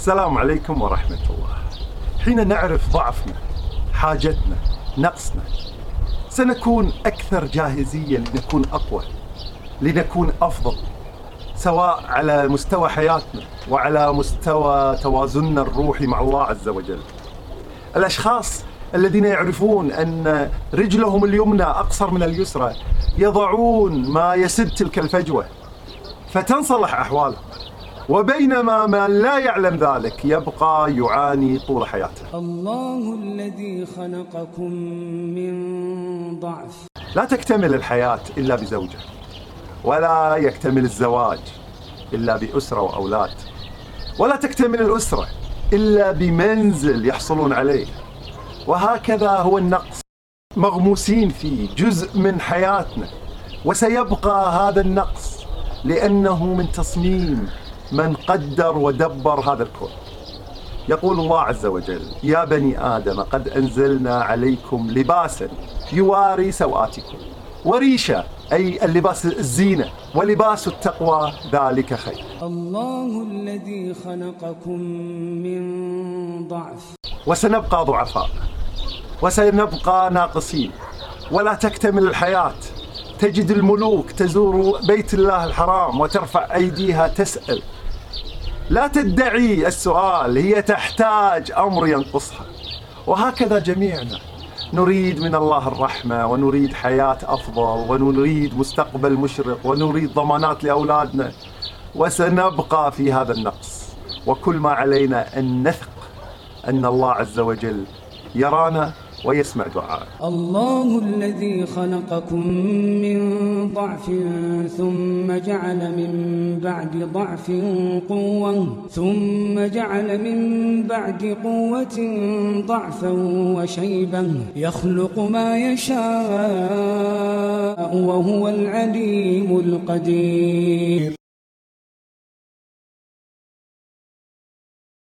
السلام عليكم ورحمة الله. حين نعرف ضعفنا، حاجتنا، نقصنا، سنكون أكثر جاهزية لنكون أقوى، لنكون أفضل، سواء على مستوى حياتنا وعلى مستوى توازننا الروحي مع الله عز وجل. الأشخاص الذين يعرفون أن رجلهم اليمنى أقصر من اليسرى يضعون ما يسد تلك الفجوة فتنصلح أحوالهم، وبينما من لا يعلم ذلك يبقى يعاني طول حياته. الله الذي خلقكم من ضعف. لا تكتمل الحياة إلا بزوجة، ولا يكتمل الزواج إلا بأسرة وأولاد، ولا تكتمل الأسرة إلا بمنزل يحصلون عليه. وهكذا هو النقص، مغموسين فيه جزء من حياتنا، وسيبقى هذا النقص لأنه من تصميم من قدر ودبر هذا الكون. يقول الله عز وجل: يا بني آدم قد أنزلنا عليكم لباسا يواري سوآتكم وريشا، أي اللباس الزينة، ولباس التقوى ذلك خير. الله الذي خلقكم من ضعف. وسنبقى ضعفاء وسنبقى ناقصين، ولا تكتمل الحياة. تجد الملوك تزور بيت الله الحرام وترفع أيديها تسأل، لا تدعي السؤال، هي تحتاج أمر ينقصها. وهكذا جميعنا نريد من الله الرحمة، ونريد حياة أفضل، ونريد مستقبل مشرق، ونريد ضمانات لأولادنا، وسنبقى في هذا النقص. وكل ما علينا أن نثق أن الله عز وجل يرانا ويسمع دعاء. الله الذي خلقكم من ضعف ثم جعل من بعد ضعف قوة، ثم جعل من بعد قوة ضعفا وشيبا، يخلق ما يشاء وهو العليم القدير.